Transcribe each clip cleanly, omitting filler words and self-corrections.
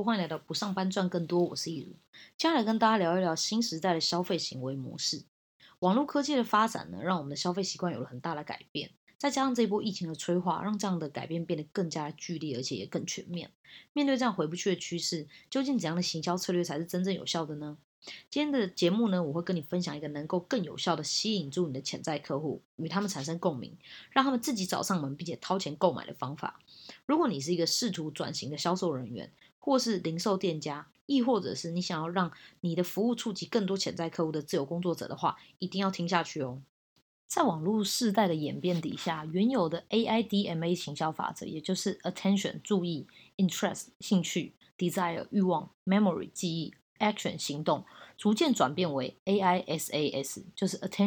欢迎来到不上班赚更多，我是易如。接下来跟大家聊一聊新时代的消费行为模式。网络科技的发展呢，让我们的消费习惯有了很大的改变。再加上这一波疫情的催化，让这样的改变变得更加剧烈，而且也更全面。面对这样回不去的趋势，究竟怎样的行销策略才是真正有效的呢？今天的节目呢，我会跟你分享一个能够更有效的吸引住你的潜在客户，与他们产生共鸣，让他们自己找上门并且掏钱购买的方法。如果你是一个试图转型的销售人员，或是零售店家，亦或者是你想要让你的服务触及更多潜在客户的自由工作者的话，一定要听下去哦。在网络世代的演变底下，原有的 AIDMA 行销法则，也就是 Attention 注意、Interest 兴趣、Desire 欲望、Memory 记忆、Action 行动，逐渐转变为 AISAS， 就是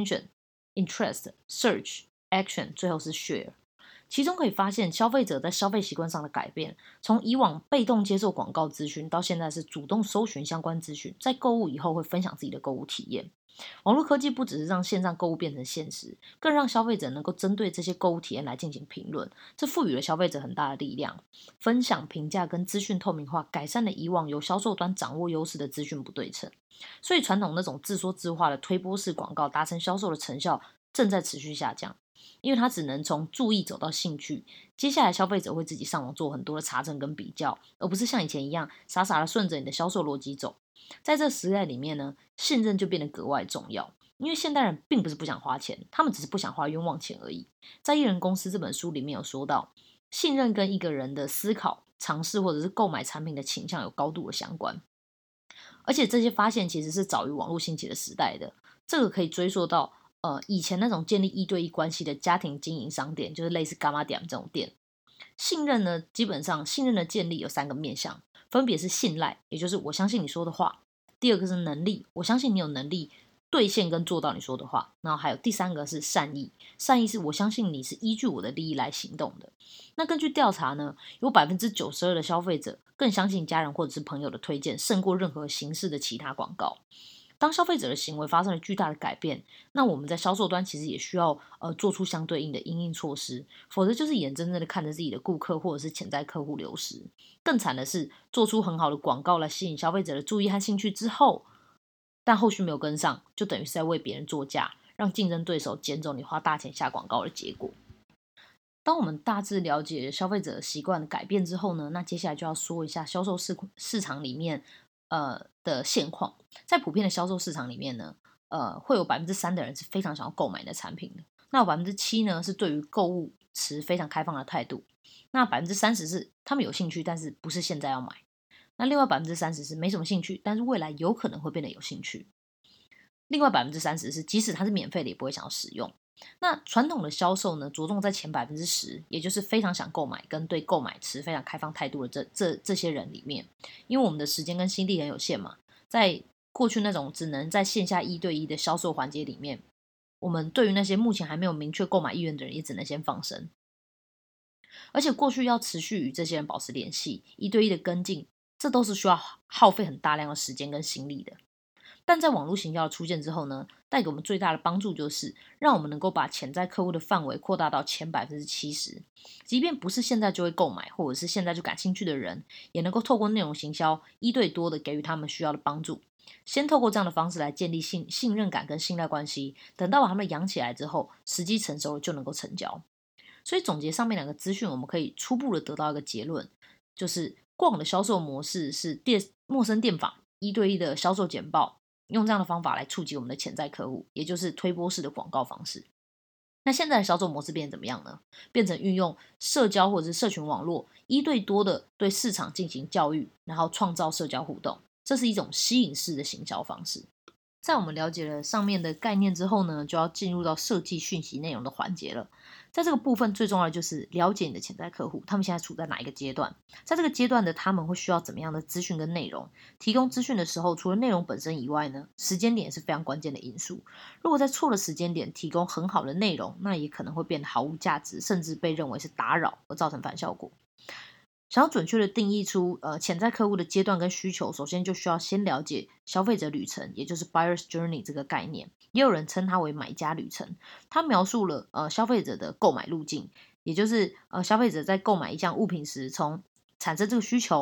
Attention、Interest、Search、Action， 最后是 Share。其中可以发现，消费者在消费习惯上的改变，从以往被动接受广告资讯，到现在是主动搜寻相关资讯，在购物以后会分享自己的购物体验。网络科技不只是让线上购物变成现实，更让消费者能够针对这些购物体验来进行评论，这赋予了消费者很大的力量。分享、评价跟资讯透明化，改善了以往由销售端掌握优势的资讯不对称。所以传统那种自说自话的推播式广告达成销售的成效正在持续下降。因为它只能从注意走到兴趣，接下来消费者会自己上网做很多的查证跟比较，而不是像以前一样傻傻的顺着你的销售逻辑走。在这个时代里面呢，信任就变得格外重要。因为现代人并不是不想花钱，他们只是不想花冤枉钱而已。在《艺人公司》这本书里面有说到，信任跟一个人的思考、尝试或者是购买产品的倾向有高度的相关。而且这些发现其实是早于网络兴起的时代的，这个可以追溯到以前那种建立一对一关系的家庭经营商店，就是类似干妈店这种店。信任呢，基本上信任的建立有三个面向，分别是信赖，也就是我相信你说的话；第二个是能力，我相信你有能力兑现跟做到你说的话；然后还有第三个是善意，善意是我相信你是依据我的利益来行动的。那根据调查呢，有92%的消费者更相信家人或者是朋友的推荐，胜过任何形式的其他广告。当消费者的行为发生了巨大的改变，那我们在销售端其实也需要做出相对应的因应措施，否则就是眼睁睁的看着自己的顾客或者是潜在客户流失。更惨的是，做出很好的广告来吸引消费者的注意和兴趣之后，但后续没有跟上，就等于是在为别人做价，让竞争对手捡走你花大钱下广告的结果。当我们大致了解消费者习惯的改变之后呢，那接下来就要说一下销售市场里面的现况。在普遍的销售市场里面呢，会有3%的人是非常想要购买你的产品的，那有7%呢是对于购物持非常开放的态度，那30%是他们有兴趣，但是不是现在要买，那另外30%是没什么兴趣，但是未来有可能会变得有兴趣，另外30%是即使它是免费的也不会想要使用。那传统的销售呢，着重在前10%，也就是非常想购买跟对购买持非常开放态度的这些人里面，因为我们的时间跟心力很有限嘛，在过去那种只能在线下1对1的销售环节里面，我们对于那些目前还没有明确购买意愿的人，也只能先放生。而且过去要持续与这些人保持联系，1对1的跟进，这都是需要耗费很大量的时间跟心力的。但在网络行销的出现之后呢，带给我们最大的帮助就是让我们能够把潜在客户的范围扩大到前70%，即便不是现在就会购买，或者是现在就感兴趣的人，也能够透过内容行销1对多的给予他们需要的帮助。先透过这样的方式来建立信任感跟信赖关系，等到把他们养起来之后，时机成熟了就能够成交。所以总结上面2个资讯，我们可以初步的得到一个结论，就是过往的销售模式是陌生电访1对1的销售简报，用这样的方法来触及我们的潜在客户，也就是推播式的广告方式。那现在的销售模式变成怎么样呢？变成运用社交或者是社群网络1对多的对市场进行教育，然后创造社交互动，这是一种吸引式的行销方式。在我们了解了上面的概念之后呢，就要进入到设计讯息内容的环节了。在这个部分最重要的就是了解你的潜在客户，他们现在处在哪一个阶段，在这个阶段的他们会需要怎么样的资讯跟内容。提供资讯的时候，除了内容本身以外呢，时间点也是非常关键的因素。如果在错的时间点提供很好的内容，那也可能会变得毫无价值，甚至被认为是打扰而造成反效果。想要准确的定义出潜在客户的阶段跟需求，首先就需要先了解消费者旅程，也就是 buyer's journey 这个概念，也有人称它为买家旅程。它描述了消费者的购买路径，也就是消费者在购买一项物品时，从产生这个需求、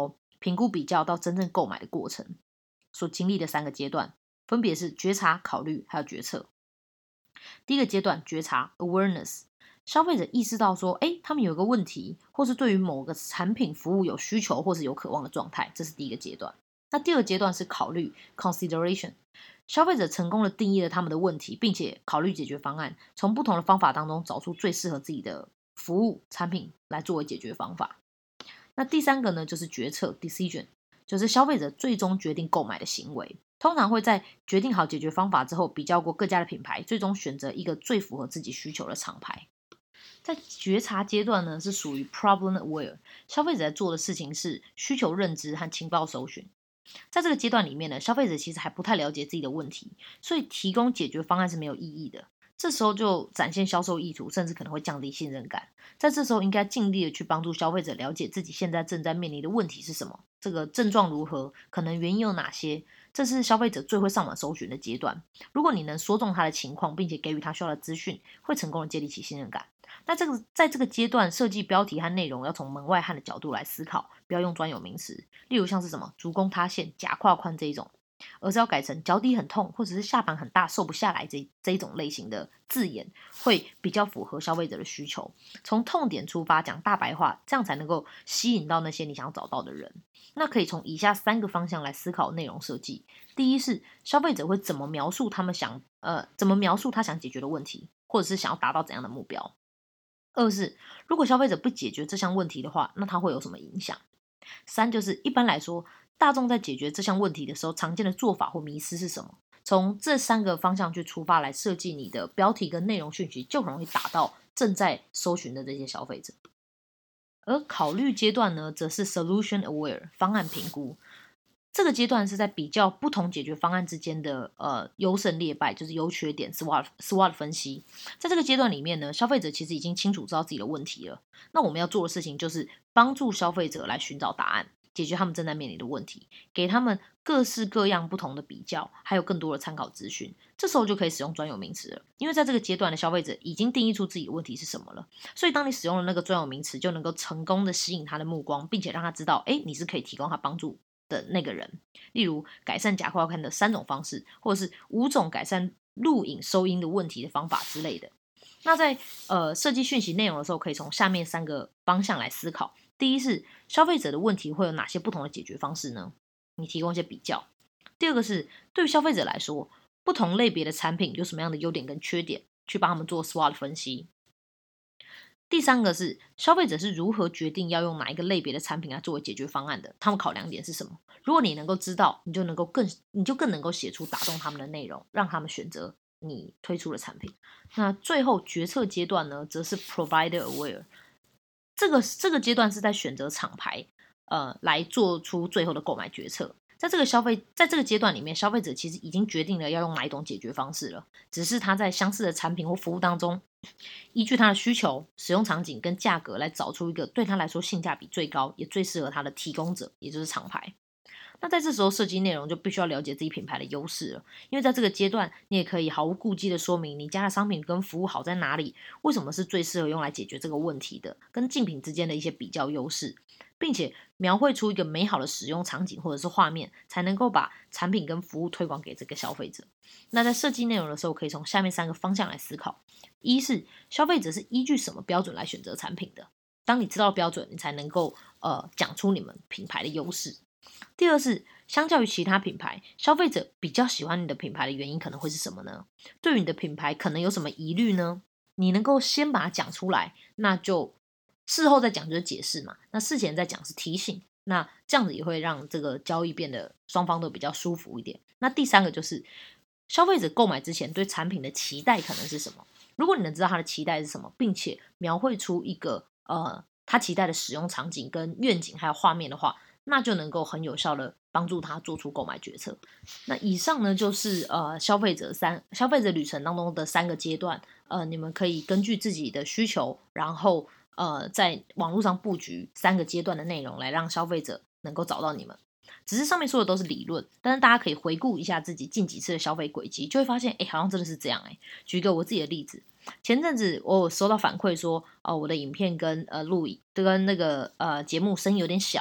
评估比较到真正购买的过程所经历的3个阶段，分别是觉察、考虑还有决策。第一个阶段，觉察 awareness， 消费者意识到说他们有一个问题，或是对于某个产品服务有需求或是有渴望的状态，这是第一个阶段。那第二个阶段是考虑 consideration， 消费者成功的定义了他们的问题，并且考虑解决方案，从不同的方法当中找出最适合自己的服务产品来作为解决方法。那第三个呢，就是决策 decision， 就是消费者最终决定购买的行为，通常会在决定好解决方法之后，比较过各家的品牌，最终选择一个最符合自己需求的厂牌。在觉察阶段呢，是属于 problem aware， 消费者在做的事情是需求认知和情报搜寻。在这个阶段里面呢，消费者其实还不太了解自己的问题，所以提供解决方案是没有意义的。这时候就展现销售意图，甚至可能会降低信任感。在这时候应该尽力的去帮助消费者了解自己现在正在面临的问题是什么，这个症状如何，可能原因有哪些，这是消费者最会上网搜寻的阶段。如果你能说中他的情况，并且给予他需要的资讯，会成功的建立起信任感。那在这个阶段，设计标题和内容要从门外汉的角度来思考，不要用专有名词，例如像是什么足弓塌陷、假胯宽这一种，而是要改成脚底很痛，或者是下盘很大瘦不下来这一种类型的字眼，会比较符合消费者的需求。从痛点出发，讲大白话，这样才能够吸引到那些你想要找到的人。那可以从以下3个方向来思考内容设计。第一是消费者会怎么描述他想解决的问题，或者是想要达到怎样的目标。2是如果消费者不解决这项问题的话，那它会有什么影响。3就是一般来说，大众在解决这项问题的时候，常见的做法或迷思是什么？从这3个方向去出发来设计你的标题跟内容讯息，就很容易打到正在搜寻的这些消费者。而考虑阶段呢，则是 solution aware 方案评估。这个阶段是在比较不同解决方案之间的优胜劣败，就是优缺点 SWOT 分析。在这个阶段里面呢，消费者其实已经清楚知道自己的问题了。那我们要做的事情就是帮助消费者来寻找答案，解决他们正在面临的问题，给他们各式各样不同的比较，还有更多的参考资讯。这时候就可以使用专有名词了，因为在这个阶段的消费者已经定义出自己的问题是什么了。所以当你使用了那个专有名词，就能够成功的吸引他的目光，并且让他知道，你是可以提供他帮助的那个人。例如改善假胯宽的3种方式，或者是5种改善录影收音的问题的方法之类的。那在设计讯息内容的时候，可以从下面3个方向来思考。第一是消费者的问题会有哪些不同的解决方式呢？你提供一些比较。第二个是对于消费者来说，不同类别的产品有什么样的优点跟缺点，去帮他们做 SWOT 分析。第3个是消费者是如何决定要用哪一个类别的产品来作为解决方案的，他们考量点是什么？如果你能够知道，你就更能够写出打动他们的内容，让他们选择你推出的产品。那最后决策阶段呢，则是 provider aware。这个阶段是在选择厂牌，来做出最后的购买决策。在这个阶段里面，消费者其实已经决定了要用哪一种解决方式了，只是他在相似的产品或服务当中，依据他的需求、使用场景跟价格来找出一个对他来说性价比最高，也最适合他的提供者，也就是厂牌。那在这时候设计内容就必须要了解自己品牌的优势了，因为在这个阶段，你也可以毫无顾忌的说明你家的商品跟服务好在哪里，为什么是最适合用来解决这个问题的，跟竞品之间的一些比较优势，并且描绘出一个美好的使用场景或者是画面，才能够把产品跟服务推广给这个消费者。那在设计内容的时候，可以从下面3个方向来思考。一是消费者是依据什么标准来选择产品的，当你知道标准，你才能够讲出你们品牌的优势。第二是相较于其他品牌，消费者比较喜欢你的品牌的原因可能会是什么呢？对于你的品牌可能有什么疑虑呢？你能够先把它讲出来，那就事后再讲就是解释嘛，那事前再讲是提醒，那这样子也会让这个交易变得双方都比较舒服一点。那第3个就是消费者购买之前对产品的期待可能是什么？如果你能知道他的期待是什么，并且描绘出一个他期待的使用场景跟愿景还有画面的话，那就能够很有效的帮助他做出购买决策。那以上呢就是消费者旅程当中的3个阶段，你们可以根据自己的需求，然后在网络上布局3个阶段的内容，来让消费者能够找到你们。只是上面说的都是理论，但是大家可以回顾一下自己近几次的消费轨迹，就会发现好像真的是这样。举一个我自己的例子，前阵子我有收到反馈说我的影片跟录影跟那个节目声音有点小，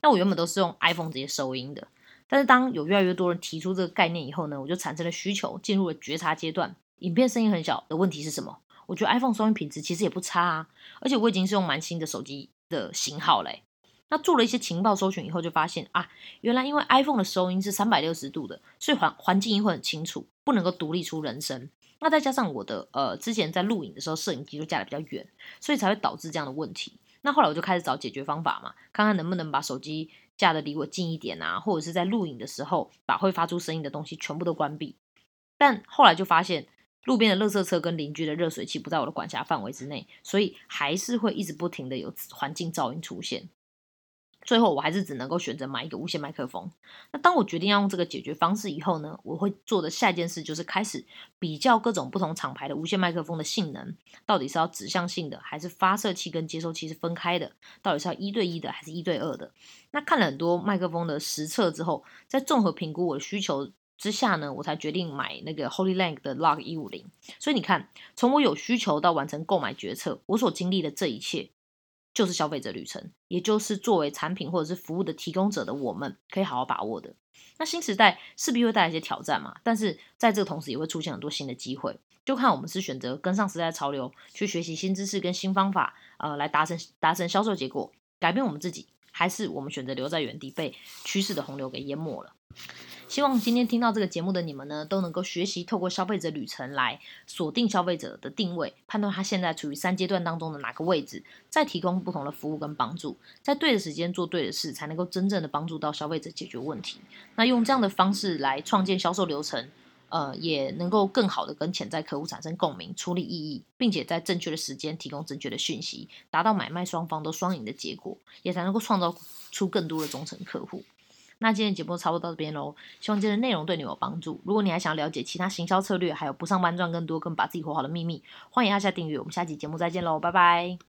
那我原本都是用 iPhone 直接收音的，但是当有越来越多人提出这个概念以后呢，我就产生了需求，进入了觉察阶段。影片声音很小的问题是什么？我觉得 iPhone 收音品质其实也不差啊，而且我已经是用蛮新的手机的型号嘞。那做了一些情报搜寻以后，就发现啊，原来因为 iPhone 的收音是360度的，所以环境音会很清楚，不能够独立出人声。那再加上我的之前在录影的时候，摄影机就架得比较远，所以才会导致这样的问题。那后来我就开始找解决方法嘛，看看能不能把手机架得离我近一点啊，或者是在录影的时候把会发出声音的东西全部都关闭。但后来就发现，路边的垃圾车跟邻居的热水器不在我的管辖范围之内，所以还是会一直不停的有环境噪音出现。最后我还是只能够选择买一个无线麦克风。那当我决定要用这个解决方式以后呢，我会做的下一件事就是开始比较各种不同厂牌的无线麦克风的性能，到底是要指向性的，还是发射器跟接收器是分开的，到底是要1对1的还是1对2的。那看了很多麦克风的实测之后，在综合评估我的需求之下呢，我才决定买那个 HolyLang 的 Log150。所以你看，从我有需求到完成购买决策，我所经历的这一切就是消费者旅程，也就是作为产品或者是服务的提供者的我们可以好好把握的。那新时代势必会带来一些挑战嘛，但是在这个同时也会出现很多新的机会，就看我们是选择跟上时代的潮流，去学习新知识跟新方法，来达成销售结果，改变我们自己，还是我们选择留在原地，被趋势的洪流给淹没了。希望今天听到这个节目的你们呢，都能够学习透过消费者旅程来锁定消费者的定位，判断他现在处于3阶段当中的哪个位置，再提供不同的服务跟帮助，在对的时间做对的事，才能够真正的帮助到消费者解决问题。那用这样的方式来创建销售流程，也能够更好的跟潜在客户产生共鸣，处理异议，并且在正确的时间提供正确的讯息，达到买卖双方都双赢的结果，也才能够创造出更多的忠诚客户。那今天的节目差不多到这边咯，希望今天的内容对你有帮助。如果你还想了解其他行销策略，还有不上班赚更多跟把自己活好的秘密，欢迎按下订阅。我们下期节目再见咯，拜拜。